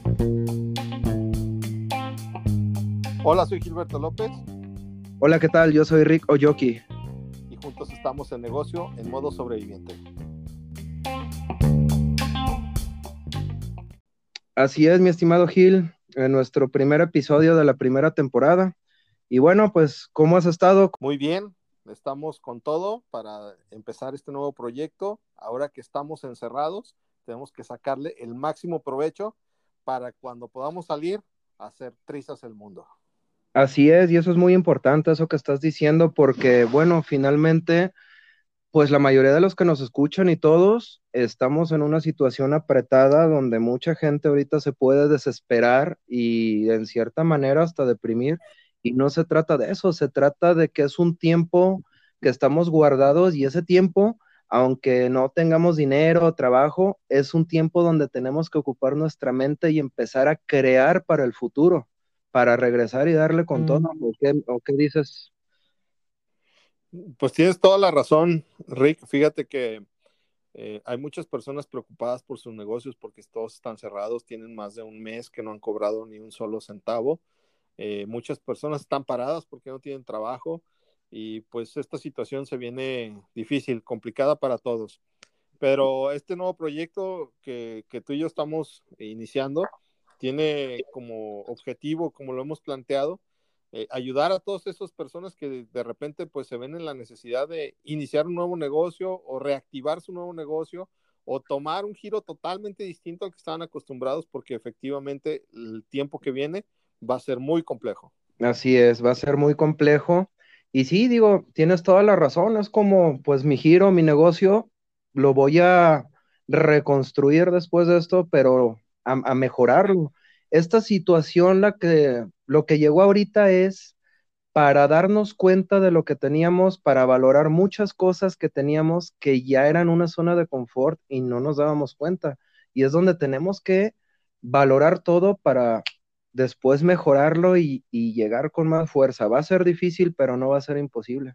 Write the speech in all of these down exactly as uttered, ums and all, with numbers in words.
Hola, soy Gilberto López. Hola, ¿qué tal? Yo soy Rick Oyoki. Y juntos estamos en negocio en modo sobreviviente. Así es, mi estimado Gil, en nuestro primer episodio de la primera temporada. Y bueno, pues, ¿cómo has estado? Muy bien, estamos con todo para empezar este nuevo proyecto. Ahora que estamos encerrados, tenemos que sacarle el máximo provecho para cuando podamos salir a hacer trizas el mundo. Así es, y eso es muy importante, eso que estás diciendo, porque bueno, finalmente, pues la mayoría de los que nos escuchan y todos estamos en una situación apretada donde mucha gente ahorita se puede desesperar y en cierta manera hasta deprimir. Y no se trata de eso, se trata de que es un tiempo que estamos guardados y ese tiempo, aunque no tengamos dinero o trabajo, es un tiempo donde tenemos que ocupar nuestra mente y empezar a crear para el futuro, para regresar y darle con todo. ¿O qué, o qué dices? Pues tienes toda la razón, Rick. Fíjate que eh, hay muchas personas preocupadas por sus negocios porque todos están cerrados, tienen más de un mes que no han cobrado ni un solo centavo. Eh, muchas personas están paradas porque no tienen trabajo y pues esta situación se viene difícil, complicada para todos. Pero este nuevo proyecto que, que tú y yo estamos iniciando tiene como objetivo, como lo hemos planteado, eh, ayudar a todas esas personas que de, de repente pues se ven en la necesidad de iniciar un nuevo negocio o reactivar su nuevo negocio o tomar un giro totalmente distinto al que estaban acostumbrados porque efectivamente el tiempo que viene va a ser muy complejo. Así es, va a ser muy complejo. Y sí, digo, tienes toda la razón, es como, pues mi giro, mi negocio, lo voy a reconstruir después de esto, pero a, a mejorarlo. Esta situación, la que, lo que llegó ahorita es para darnos cuenta de lo que teníamos, para valorar muchas cosas que teníamos que ya eran una zona de confort y no nos dábamos cuenta. Y es donde tenemos que valorar todo para después mejorarlo y, y llegar con más fuerza. Va a ser difícil, pero no va a ser imposible.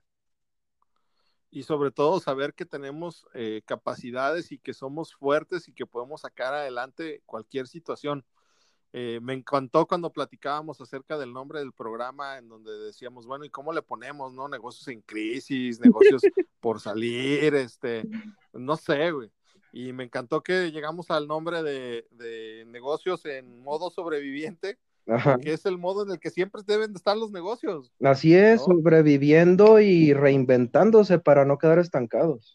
Y sobre todo saber que tenemos eh, capacidades y que somos fuertes y que podemos sacar adelante cualquier situación. Eh, me encantó cuando platicábamos acerca del nombre del programa en donde decíamos, bueno, ¿y cómo le ponemos, no? Negocios en crisis, negocios por salir, este, no sé, güey. Y me encantó que llegamos al nombre de, de negocios en modo sobreviviente, Ajá. porque es el modo en el que siempre deben de estar los negocios, Así es, ¿no? sobreviviendo y reinventándose para no quedar estancados.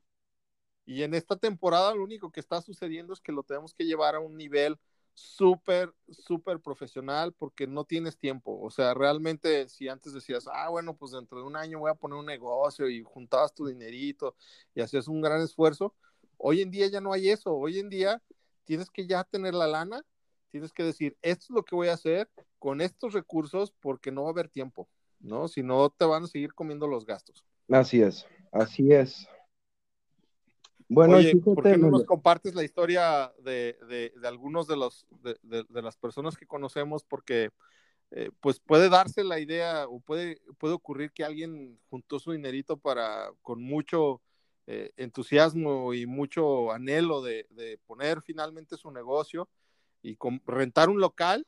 Y en esta temporada lo único que está sucediendo es que lo tenemos que llevar a un nivel súper, súper profesional porque no tienes tiempo. O sea, realmente si antes decías, ah, bueno, pues dentro de un año voy a poner un negocio y juntabas tu dinerito y hacías un gran esfuerzo, hoy en día ya no hay eso. Hoy en día tienes que ya tener la lana, tienes que decir, esto es lo que voy a hacer con estos recursos porque no va a haber tiempo, ¿no? Si no, te van a seguir comiendo los gastos. Así es, así es. Bueno, y Oye, ¿por fíjate, qué no nos me- compartes la historia de, de, de algunos de, los, de, de, de, las personas que conocemos? Porque eh, pues puede darse la idea o puede, puede ocurrir que alguien juntó su dinerito para, con mucho eh, entusiasmo y mucho anhelo de, de, poner finalmente su negocio y con, rentar un local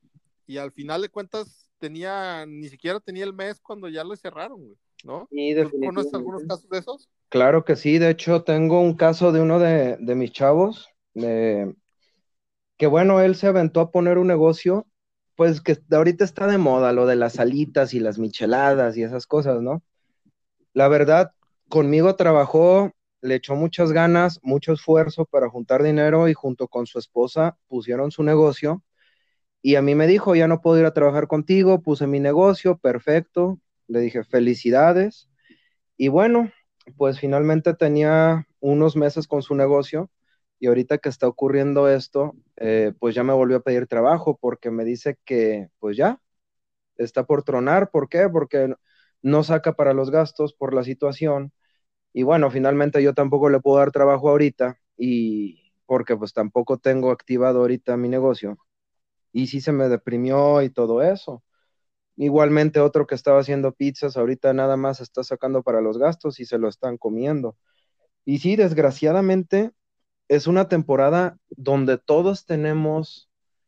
y al final de cuentas tenía, ni siquiera tenía el mes cuando ya le cerraron, güey, ¿no? sí, ¿Tú conoces algunos definitivamente. casos de esos? Claro que sí, de hecho tengo un caso de uno de, de mis chavos, de, que bueno, él se aventó a poner un negocio, pues que ahorita está de moda, lo de las salitas y las micheladas y esas cosas, ¿no? La verdad, conmigo trabajó, le echó muchas ganas, mucho esfuerzo para juntar dinero y junto con su esposa pusieron su negocio y a mí me dijo, ya no puedo ir a trabajar contigo, puse mi negocio, perfecto, le dije, felicidades. Y bueno, pues finalmente tenía unos meses con su negocio y ahorita que está ocurriendo esto, eh, pues ya me volvió a pedir trabajo porque me dice que pues ya está por tronar. ¿Por qué? Porque no saca para los gastos por la situación. Y bueno, finalmente yo tampoco le puedo dar trabajo ahorita y porque pues tampoco tengo activado ahorita mi negocio. Y sí se me deprimió y todo eso. Igualmente otro que estaba haciendo pizzas, ahorita nada más está sacando para los gastos y se lo están comiendo. Y sí, desgraciadamente es una temporada donde todos tenemos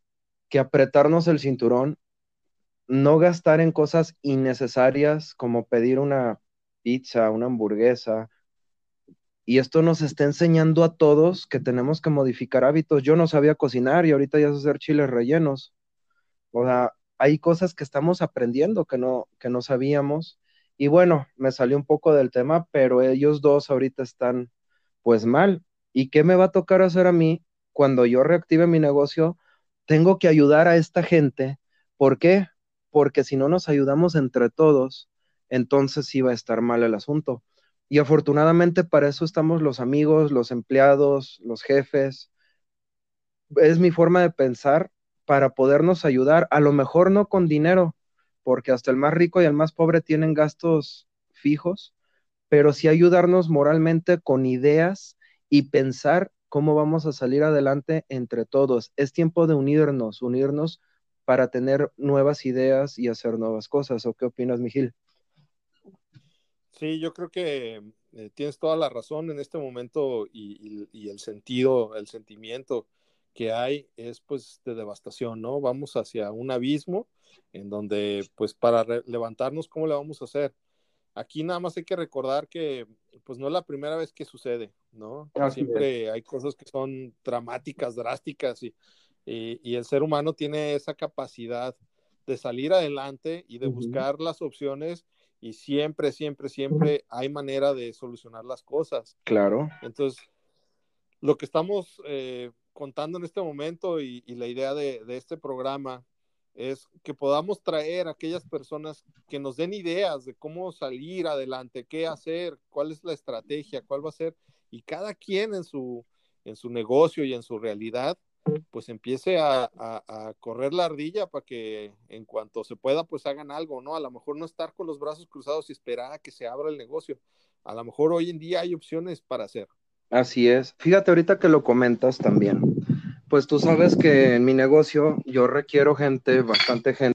que apretarnos el cinturón, no gastar en cosas innecesarias como pedir una pizza, una hamburguesa. Y esto nos está enseñando a todos que tenemos que modificar hábitos. Yo no sabía cocinar y ahorita ya sé hacer chiles rellenos. O sea, hay cosas que estamos aprendiendo que no, que no sabíamos. Y bueno, me salió un poco del tema, pero ellos dos ahorita están pues mal. ¿Y qué me va a tocar hacer a mí cuando yo reactive mi negocio? Tengo que ayudar a esta gente. ¿Por qué? Porque si no nos ayudamos entre todos, entonces sí va a estar mal el asunto. Y afortunadamente para eso estamos los amigos, los empleados, los jefes. Es mi forma de pensar para podernos ayudar, a lo mejor no con dinero, porque hasta el más rico y el más pobre tienen gastos fijos, pero sí ayudarnos moralmente con ideas y pensar cómo vamos a salir adelante entre todos. Es tiempo de unirnos, unirnos para tener nuevas ideas y hacer nuevas cosas. ¿O qué opinas, Miguel? Sí, yo creo que eh, tienes toda la razón en este momento y, y, y el sentido, el sentimiento que hay es pues de devastación, ¿no? Vamos hacia un abismo en donde pues para re- levantarnos, ¿cómo le vamos a hacer? Aquí nada más hay que recordar que pues no es la primera vez que sucede, ¿no? Así es. Siempre hay cosas que son dramáticas, drásticas y, y, y el ser humano tiene esa capacidad de salir adelante y de Ujú. buscar las opciones y siempre, siempre, siempre hay manera de solucionar las cosas. Claro, Entonces, lo que estamos eh, contando en este momento y, y la idea de, de, este programa es que podamos traer a aquellas personas que nos den ideas de cómo salir adelante, qué hacer, cuál es la estrategia, cuál va a ser, y cada quien en su, en su negocio y en su realidad, pues empiece a, a, a correr la ardilla para que en cuanto se pueda, pues hagan algo, ¿no? A lo mejor no estar con los brazos cruzados y esperar a que se abra el negocio. A lo mejor hoy en día hay opciones para hacer. así es. Fíjate ahorita que lo comentas también. Pues tú sabes que en mi negocio yo requiero gente, bastante gente,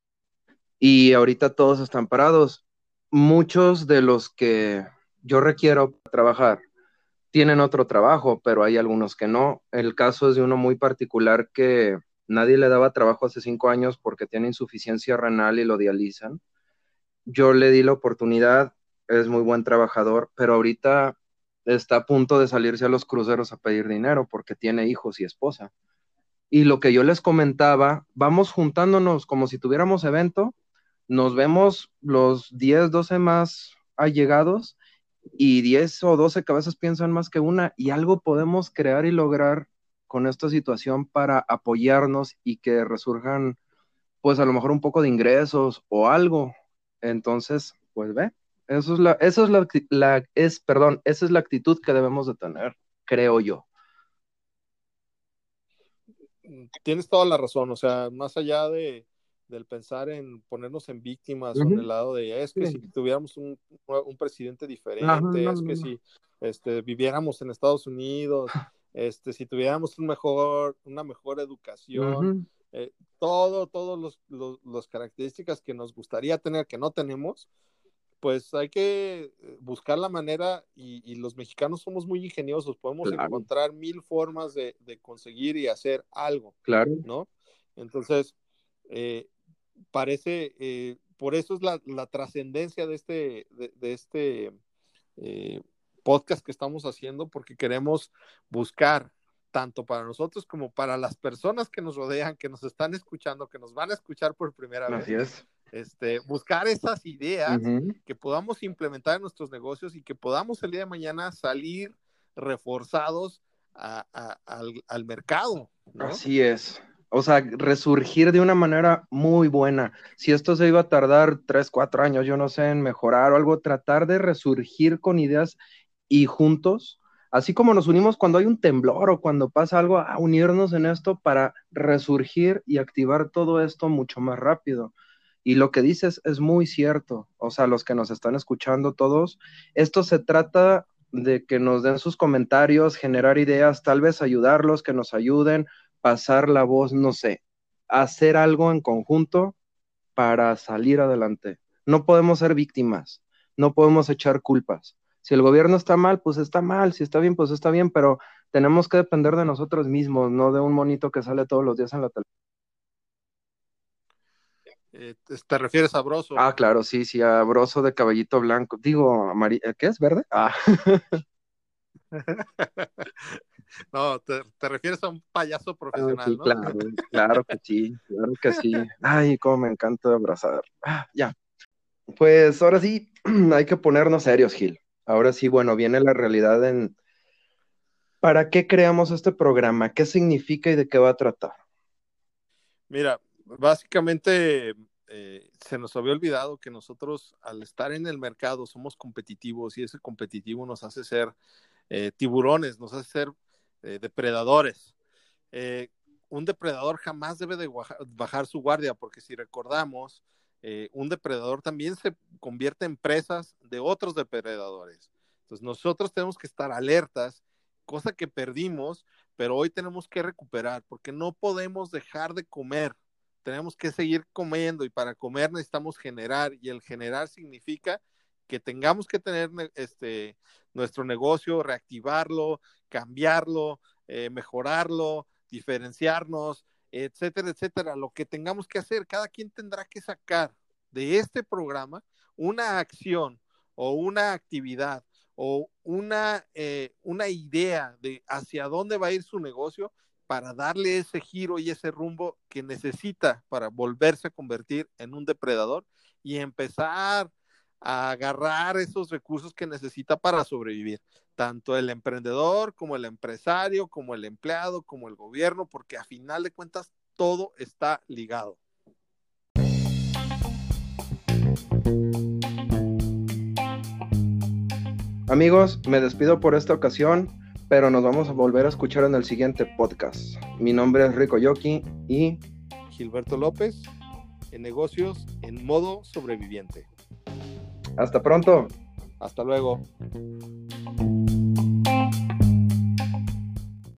y ahorita todos están parados. Muchos de los que yo requiero para trabajar tienen otro trabajo, pero hay algunos que no. El caso es de uno muy particular que nadie le daba trabajo hace cinco años porque tiene insuficiencia renal y lo dializan. Yo le di la oportunidad, es muy buen trabajador, pero ahorita está a punto de salirse a los cruceros a pedir dinero porque tiene hijos y esposa. Y lo que yo les comentaba, vamos juntándonos como si tuviéramos evento, nos vemos los diez doce más allegados y diez o doce cabezas piensan más que una y algo podemos crear y lograr con esta situación para apoyarnos y que resurjan pues a lo mejor un poco de ingresos o algo. Entonces, pues ve, eso es la, eso es la, la es, perdón, esa es la actitud que debemos de tener, creo yo. Tienes toda la razón, o sea, más allá de, del pensar en ponernos en víctimas o en el Ujú. lado de es que si Sí. tuviéramos un, un presidente Ajá, no, diferente, es no, que no. si este, viviéramos en Estados Unidos, este, si tuviéramos un mejor, una mejor educación, Ujú. eh, todo, todos los, los, los características que nos gustaría tener que no tenemos, pues hay que eh, buscar la manera y, y, los mexicanos somos muy ingeniosos, podemos Claro, encontrar mil formas de, de conseguir y hacer algo, claro, ¿no? Entonces, eh, parece, eh, por eso es la, la trascendencia de este, de, de este eh, podcast que estamos haciendo, porque queremos buscar tanto para nosotros como para las personas que nos rodean, que nos están escuchando, que nos van a escuchar por primera así vez, es. este, buscar esas ideas Ujú. que podamos implementar en nuestros negocios y que podamos el día de mañana salir reforzados a, a, al, al mercado, ¿no? Así es. O sea, resurgir de una manera muy buena. Si esto se iba a tardar tres, cuatro años, yo no sé, en mejorar o algo, tratar de resurgir con ideas y juntos, así como nos unimos cuando hay un temblor o cuando pasa algo, a unirnos en esto para resurgir y activar todo esto mucho más rápido. Y lo que dices es muy cierto. O sea, los que nos están escuchando todos, esto se trata de que nos den sus comentarios, generar ideas, tal vez ayudarlos, que nos ayuden, pasar la voz, no sé, hacer algo en conjunto para salir adelante. No podemos ser víctimas, no podemos echar culpas. Si el gobierno está mal, pues está mal, si está bien, pues está bien, pero tenemos que depender de nosotros mismos, no de un monito que sale todos los días en la televisión. Eh, ¿te refieres a Broso? Ah, claro, sí, sí, a Broso de cabellito blanco. Digo, amarillo, ¿qué es? ¿Verde? Ah. No, te, te refieres a un payaso Ah, profesional, sí, ¿no? claro, claro que sí, claro que sí. Ay, cómo me encanta abrazar. Ah, ya. Pues ahora sí, hay que ponernos serios, Gil. Ahora sí, bueno, viene la realidad en ¿para qué creamos este programa? ¿Qué significa y de qué va a tratar? Mira, básicamente eh, se nos había olvidado que nosotros al estar en el mercado somos competitivos y ese competitivo nos hace ser eh, tiburones, nos hace ser eh, depredadores. Eh, un depredador jamás debe de bajar su guardia porque si recordamos, eh, un depredador también se convierte en presas de otros depredadores. Entonces nosotros tenemos que estar alertas, cosa que perdimos, pero hoy tenemos que recuperar porque no podemos dejar de comer. Tenemos que seguir comiendo y para comer necesitamos generar y el generar significa que tengamos que tener este, nuestro negocio, reactivarlo, cambiarlo, eh, mejorarlo, diferenciarnos, etcétera, etcétera. Lo que tengamos que hacer, cada quien tendrá que sacar de este programa una acción o una actividad o una, eh, una idea de hacia dónde va a ir su negocio para darle ese giro y ese rumbo que necesita para volverse a convertir en un depredador y empezar a agarrar esos recursos que necesita para sobrevivir, tanto el emprendedor como el empresario, como el empleado, como el gobierno, porque a final de cuentas todo está ligado. Amigos, me despido por esta ocasión, pero nos vamos a volver a escuchar en el siguiente podcast. Mi nombre es Rico Yoki y Gilberto López, en negocios en modo sobreviviente. hasta pronto. Hasta luego.